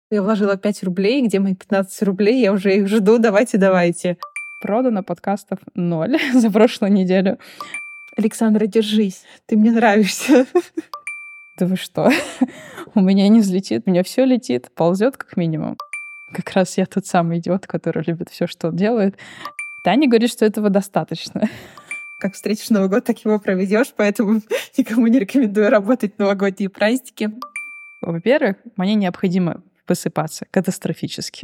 Я вложила 5 рублей, где мои 15 рублей? Я уже их жду, давайте. Продано подкастов 0 за прошлую неделю. Александра, держись, ты мне нравишься. Да вы что? У меня не взлетит, у меня все летит, ползет как минимум. Как раз я тот самый идиот, который любит все, что он делает. Таня говорит, что этого достаточно. Как встретишь Новый год, так его проведешь, поэтому никому не рекомендую работать в новогодние праздники. Во-первых, мне необходимо высыпаться катастрофически.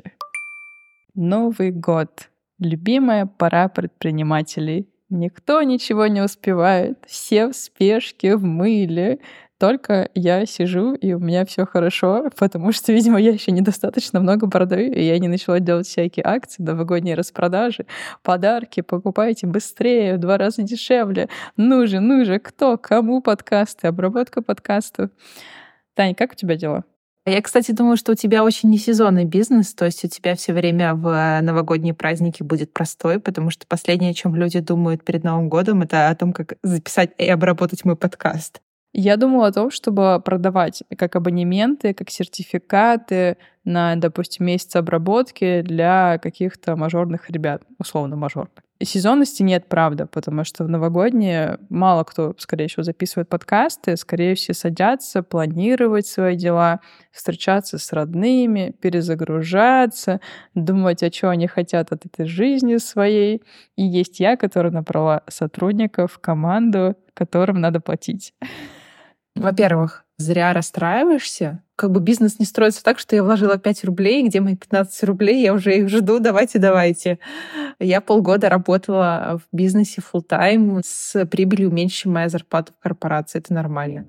Новый год. Любимая пора предпринимателей. Никто ничего не успевает. Все в спешке, в мыле. Только я сижу, и у меня все хорошо, потому что, видимо, я еще недостаточно много продаю, и я не начала делать всякие акции, новогодние распродажи, подарки, покупайте быстрее, в 2 раза дешевле. Ну же, кто, кому подкасты, обработка подкастов. Таня, как у тебя дела? Я, кстати, думаю, что у тебя очень несезонный бизнес, то есть у тебя все время в новогодние праздники будет простой, потому что последнее, о чем люди думают перед Новым годом, это о том, как записать и обработать мой подкаст. Я думала о том, чтобы продавать как абонементы, как сертификаты на, допустим, месяц обработки для каких-то мажорных ребят, условно мажорных. И сезонности нет, правда, потому что в новогодние мало кто, скорее всего, записывает подкасты, скорее все садятся планировать свои дела, встречаться с родными, перезагружаться, думать, о чем они хотят от этой жизни своей. И есть я, которая набрала сотрудников, команду, которым надо платить. Во-первых, зря расстраиваешься. Как бы бизнес не строится так, что я вложила 5 рублей, где мои 15 рублей? Я уже их жду, давайте. Я полгода работала в бизнесе full-time с прибылью меньше, чем моя зарплата в корпорации. Это нормально.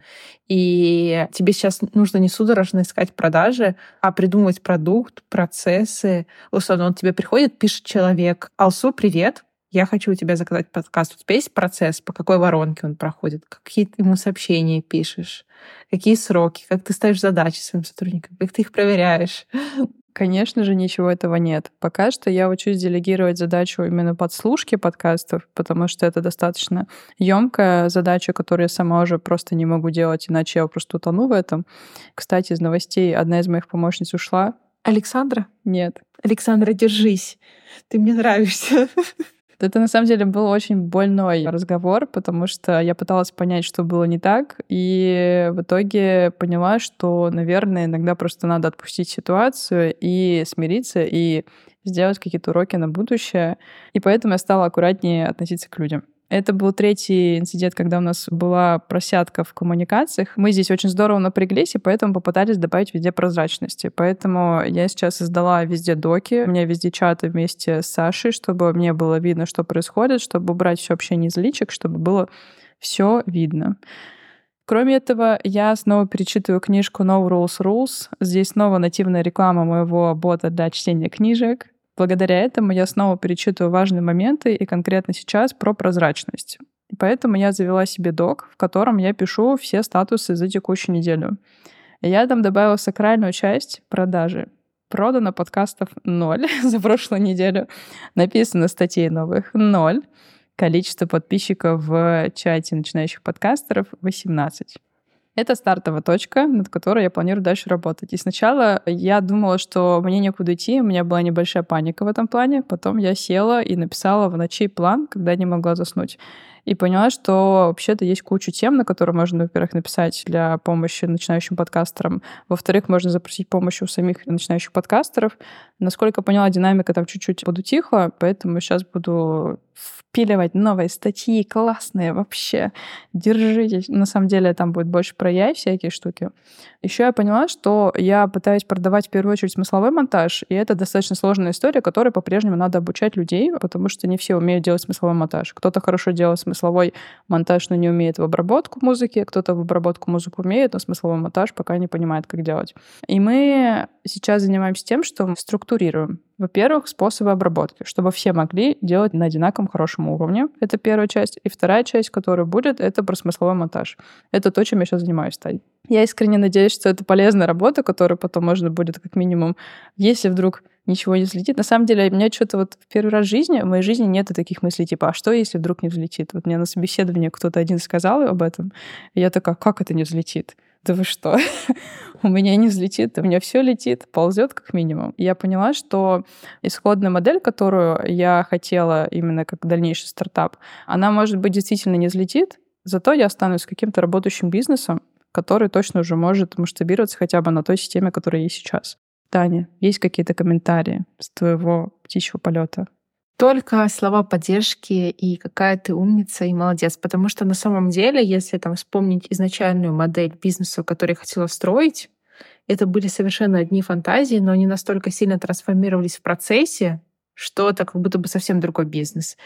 И тебе сейчас нужно не судорожно искать продажи, а придумывать продукт, процессы. Условно, он тебе приходит, пишет человек: «Алсу, привет, я хочу у тебя заказать подкаст». У тебя есть процесс, по какой воронке он проходит, какие ты ему сообщения пишешь, какие сроки, как ты ставишь задачи своим сотрудникам, как ты их проверяешь. Конечно же, ничего этого нет. Пока что я учусь делегировать задачу именно подслушки подкастов, потому что это достаточно емкая задача, которую я сама уже просто не могу делать, иначе я просто утону в этом. Кстати, из новостей одна из моих помощниц ушла. Александра? Нет. Александра, держись. Ты мне нравишься. Это на самом деле был очень больной разговор, потому что я пыталась понять, что было не так, и в итоге поняла, что, наверное, иногда просто надо отпустить ситуацию и смириться, и сделать какие-то уроки на будущее. И поэтому я стала аккуратнее относиться к людям. Это был 3-й инцидент, когда у нас была просядка в коммуникациях. Мы здесь очень здорово напряглись, и поэтому попытались добавить везде прозрачности. Поэтому я сейчас создала везде доки, у меня везде чаты вместе с Сашей, чтобы мне было видно, что происходит, чтобы убрать все общение из личек, чтобы было все видно. Кроме этого, я снова перечитываю книжку No Rules Rules. Здесь снова нативная реклама моего бота для чтения книжек. Благодаря этому я снова перечитываю важные моменты, и конкретно сейчас про прозрачность. И поэтому я завела себе док, в котором я пишу все статусы за текущую неделю. И я там добавила сакральную часть продажи. Продано подкастов 0 за прошлую неделю. Написано статей новых 0. Количество подписчиков в чате начинающих подкастеров 18. Это стартовая точка, над которой я планирую дальше работать. И сначала я думала, что мне некуда идти, у меня была небольшая паника в этом плане. Потом я села и написала в ночи план, когда не могла заснуть. И поняла, что вообще-то есть кучу тем, на которые можно, во-первых, написать для помощи начинающим подкастерам. Во-вторых, можно запросить помощь у самих начинающих подкастеров. Насколько поняла, динамика там чуть-чуть подутихла, поэтому сейчас буду впиливать новые статьи, классные вообще. Держитесь. На самом деле там будет больше про AI всякие штуки. Еще я поняла, что я пытаюсь продавать в первую очередь смысловой монтаж, и это достаточно сложная история, которой по-прежнему надо обучать людей, потому что не все умеют делать смысловой монтаж. Кто-то хорошо делает смысловой монтаж, но не умеет в обработку музыки, кто-то в обработку музыки умеет, но смысловой монтаж пока не понимает, как делать. И мы сейчас занимаемся тем, что структурируем. Во-первых, способы обработки, чтобы все могли делать на одинаковом хорошем уровне. Это первая часть. И вторая часть, которая будет, это про смысловой монтаж. Это то, чем я сейчас занимаюсь, Тань. Я искренне надеюсь, что это полезная работа, которую потом можно будет как минимум, если вдруг ничего не взлетит. На самом деле, у меня что-то вот в первый раз в жизни, в моей жизни нет таких мыслей, типа, а что, если вдруг не взлетит? Вот мне на собеседовании кто-то один сказал об этом, и я такая, как это не взлетит? да вы что? У меня не взлетит, у меня все летит, ползет как минимум. И я поняла, что исходная модель, которую я хотела именно как дальнейший стартап, она, может быть, действительно не взлетит, зато я останусь с каким-то работающим бизнесом, который точно уже может масштабироваться хотя бы на той системе, которая есть сейчас. Таня, есть какие-то комментарии с твоего птичьего полета? Только слова поддержки и какая ты умница и молодец. Потому что на самом деле, если там вспомнить изначальную модель бизнеса, который я хотела строить, это были совершенно одни фантазии, но они настолько сильно трансформировались в процессе, что это как будто бы совсем другой бизнес.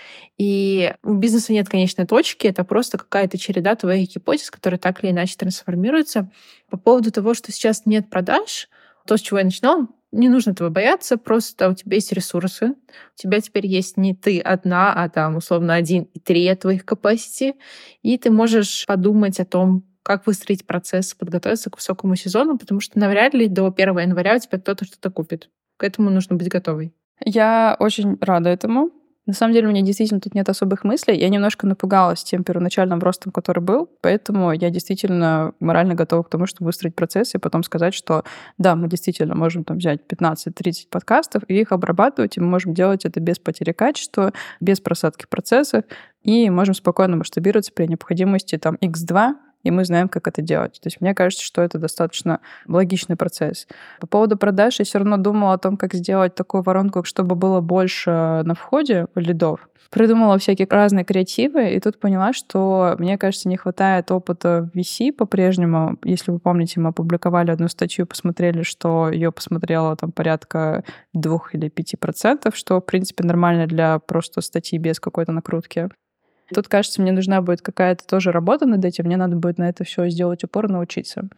И у бизнеса нет конечной точки, это просто какая-то череда твоих гипотез, которые так или иначе трансформируются. По поводу того, что сейчас нет продаж, то, с чего я начинала, не нужно этого бояться, просто у тебя есть ресурсы, у тебя теперь есть не ты одна, а там условно 1 и 3 твоих capacity, и ты можешь подумать о том, как выстроить процесс, подготовиться к высокому сезону, потому что навряд ли до 1 января у тебя кто-то что-то купит. К этому нужно быть готовой. Я очень рада этому. На самом деле у меня действительно тут нет особых мыслей. Я немножко напугалась тем первоначальным ростом, который был, поэтому я действительно морально готова к тому, чтобы выстроить процесс и потом сказать, что да, мы действительно можем там взять 15-30 подкастов и их обрабатывать, и мы можем делать это без потери качества, без просадки процесса, и можем спокойно масштабироваться при необходимости там X2, и мы знаем, как это делать. То есть мне кажется, что это достаточно логичный процесс. По поводу продаж я все равно думала о том, как сделать такую воронку, чтобы было больше на входе лидов. Придумала всякие разные креативы, и тут поняла, что, мне кажется, не хватает опыта в VC по-прежнему. Если вы помните, мы опубликовали одну статью, посмотрели, что ее посмотрело там порядка 2 или 5%, что, в принципе, нормально для просто статьи без какой-то накрутки. Тут, кажется, мне нужна будет какая-то тоже работа над этим, мне надо будет на это все сделать упор, научиться.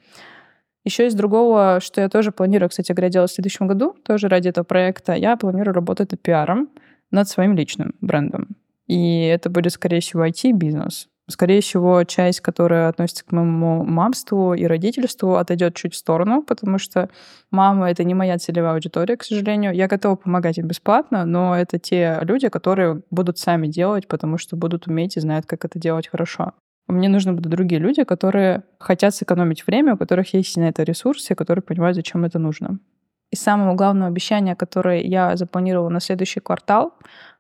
Еще из другого, что я тоже планирую, кстати говоря, делать в следующем году, тоже ради этого проекта, я планирую работать над пиаром, над своим личным брендом. И это будет, скорее всего, IT-бизнес. Скорее всего, часть, которая относится к моему мамству и родительству, отойдет чуть в сторону, потому что мама — это не моя целевая аудитория, к сожалению. Я готова помогать им бесплатно, но это те люди, которые будут сами делать, потому что будут уметь и знают, как это делать хорошо. Мне нужны будут другие люди, которые хотят сэкономить время, у которых есть на это ресурсы, которые понимают, зачем это нужно. И самого главного обещания, которое я запланировала на следующий квартал,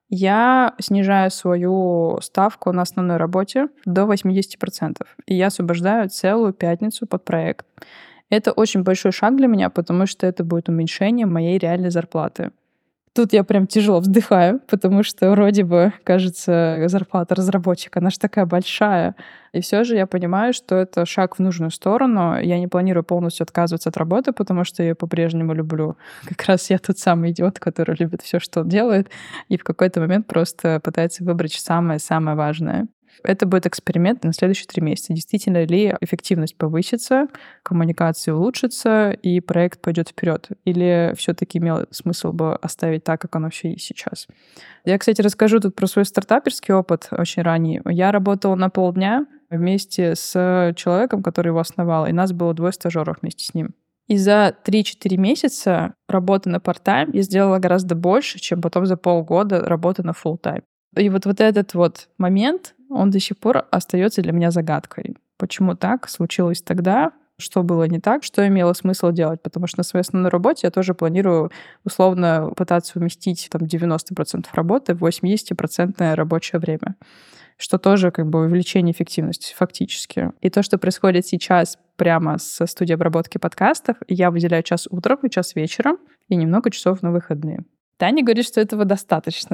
я снижаю свою ставку на основной работе до 80%. И я освобождаю целую пятницу под проект. Это очень большой шаг для меня, потому что это будет уменьшение моей реальной зарплаты. Тут я прям тяжело вздыхаю, потому что вроде бы, кажется, зарплата разработчика, она же такая большая. И все же я понимаю, что это шаг в нужную сторону. Я не планирую полностью отказываться от работы, потому что я ее по-прежнему люблю. Как раз я тот самый идиот, который любит все, что он делает, и в какой-то момент просто пытается выбрать самое-самое важное. Это будет эксперимент на следующие 3 месяца. Действительно ли эффективность повысится, коммуникация улучшится и проект пойдет вперед? Или все-таки имело смысл бы оставить так, как оно все есть сейчас? Я, кстати, расскажу тут про свой стартаперский опыт очень ранний. Я работала на полдня вместе с человеком, который его основал, и нас было 2 стажеров вместе с ним. И за 3-4 месяца работы на part-time я сделала гораздо больше, чем потом за полгода работы на full-time. И вот этот вот момент, он до сих пор остается для меня загадкой. Почему так случилось тогда? Что было не так? Что имело смысл делать? Потому что на своей основной работе я тоже планирую условно пытаться уместить там 90% работы в 80% рабочее время, что тоже как бы увеличение эффективности фактически. И то, что происходит сейчас прямо со студией обработки подкастов, я выделяю час утром и час вечером и немного часов на выходные. Таня говорит, что этого достаточно.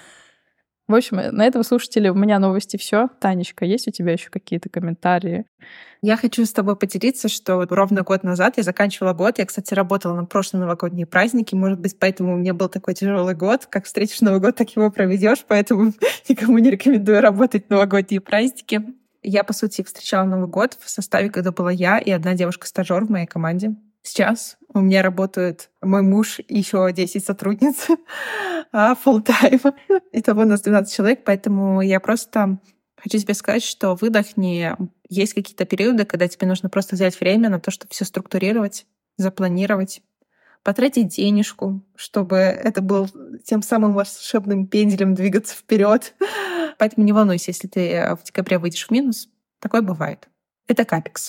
В общем, на этом, слушатели, у меня новости все. Танечка, есть у тебя еще какие-то комментарии? Я хочу с тобой поделиться, что ровно год назад я заканчивала год. Я, кстати, работала на прошлые новогодние праздники. Может быть, поэтому у меня был такой тяжелый год. Как встретишь Новый год, так его проведешь. Поэтому никому не рекомендую работать в новогодние праздники. Я, по сути, встречала Новый год в составе, когда была я и одна девушка-стажёр в моей команде. Сейчас у меня работают мой муж и еще 10 сотрудниц full-time. Итого у нас 12 человек, поэтому я просто хочу тебе сказать, что выдохни. Есть какие-то периоды, когда тебе нужно просто взять время на то, чтобы все структурировать, запланировать, потратить денежку, чтобы это был тем самым волшебным пенделем двигаться вперед. Поэтому не волнуйся, если ты в декабре выйдешь в минус. Такое бывает. Это капекс.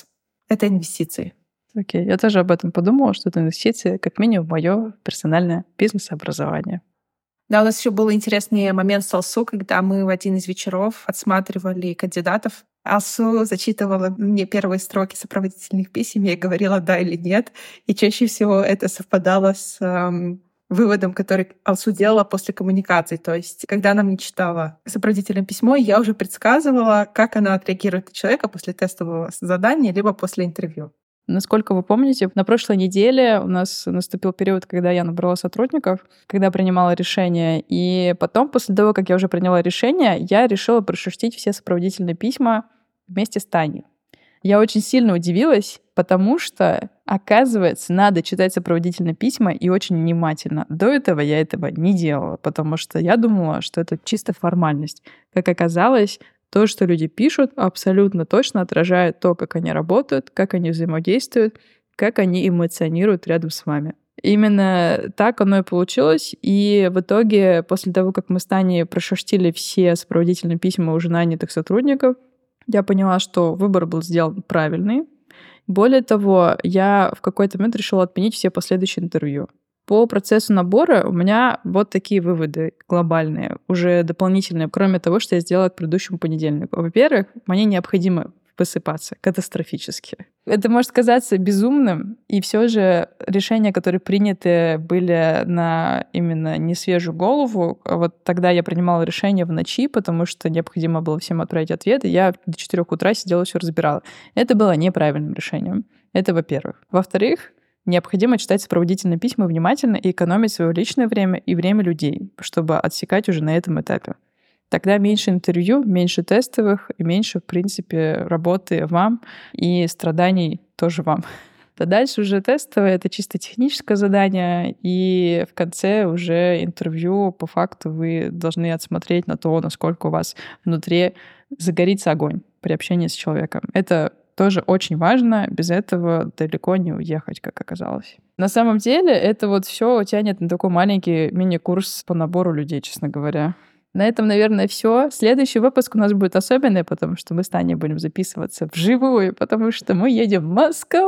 Это инвестиции. Окей, я тоже об этом подумала, что это инвестиции, как минимум, в мое персональное бизнес-образование. Да, у нас еще был интересный момент с Алсу, когда мы в один из вечеров отсматривали кандидатов. Алсу зачитывала мне первые строки сопроводительных писем, я ей говорила да или нет. И чаще всего это совпадало с выводом, который Алсу делала после коммуникаций. То есть, когда она мне читала сопроводительное письмо, я уже предсказывала, как она отреагирует на человека после тестового задания, либо после интервью. Насколько вы помните, на прошлой неделе у нас наступил период, когда я набрала сотрудников, когда принимала решение. И потом, после того, как я уже приняла решение, я решила прошерстить все сопроводительные письма вместе с Таней. Я очень сильно удивилась, потому что, оказывается, надо читать сопроводительные письма и очень внимательно. До этого я этого не делала, потому что я думала, что это чисто формальность. Как оказалось, то, что люди пишут, абсолютно точно отражает то, как они работают, как они взаимодействуют, как они эмоционируют рядом с вами. Именно так оно и получилось. И в итоге, после того, как мы с Таней прошерстили все сопроводительные письма уже нанятых сотрудников, я поняла, что выбор был сделан правильный. Более того, я в какой-то момент решила отменить все последующие интервью. По процессу набора у меня вот такие выводы глобальные, уже дополнительные, кроме того, что я сделала к предыдущему понедельнику. Во-первых, мне необходимо высыпаться катастрофически. Это может казаться безумным, и все же решения, которые приняты были на именно не свежую голову, а вот тогда я принимала решение в ночи, потому что необходимо было всем отправить ответы, я до 4 утра сидела, все разбирала. Это было неправильным решением. Это во-первых. Во-вторых, необходимо читать сопроводительные письма внимательно и экономить свое личное время и время людей, чтобы отсекать уже на этом этапе. Тогда меньше интервью, меньше тестовых и меньше, в принципе, работы вам и страданий тоже вам. А дальше уже тестовое — это чисто техническое задание, и в конце уже интервью, по факту, вы должны отсмотреть на то, насколько у вас внутри загорится огонь при общении с человеком. Это тоже очень важно, без этого далеко не уехать, как оказалось. На самом деле это вот все тянет на такой маленький мини-курс по набору людей, честно говоря. На этом, наверное, все. Следующий выпуск у нас будет особенный, потому что мы с Таней будем записываться вживую, потому что мы едем в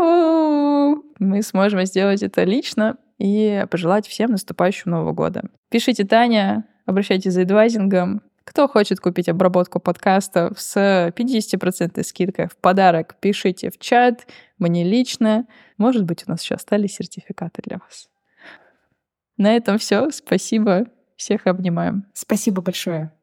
Москву. Мы сможем сделать это лично и пожелать всем наступающего Нового года. Пишите Таня, обращайтесь за эдвайзингом. Кто хочет купить обработку подкастов с 50% скидкой в подарок, пишите в чат, мне лично. Может быть, у нас еще остались сертификаты для вас. На этом все. Спасибо. Всех обнимаем. Спасибо большое.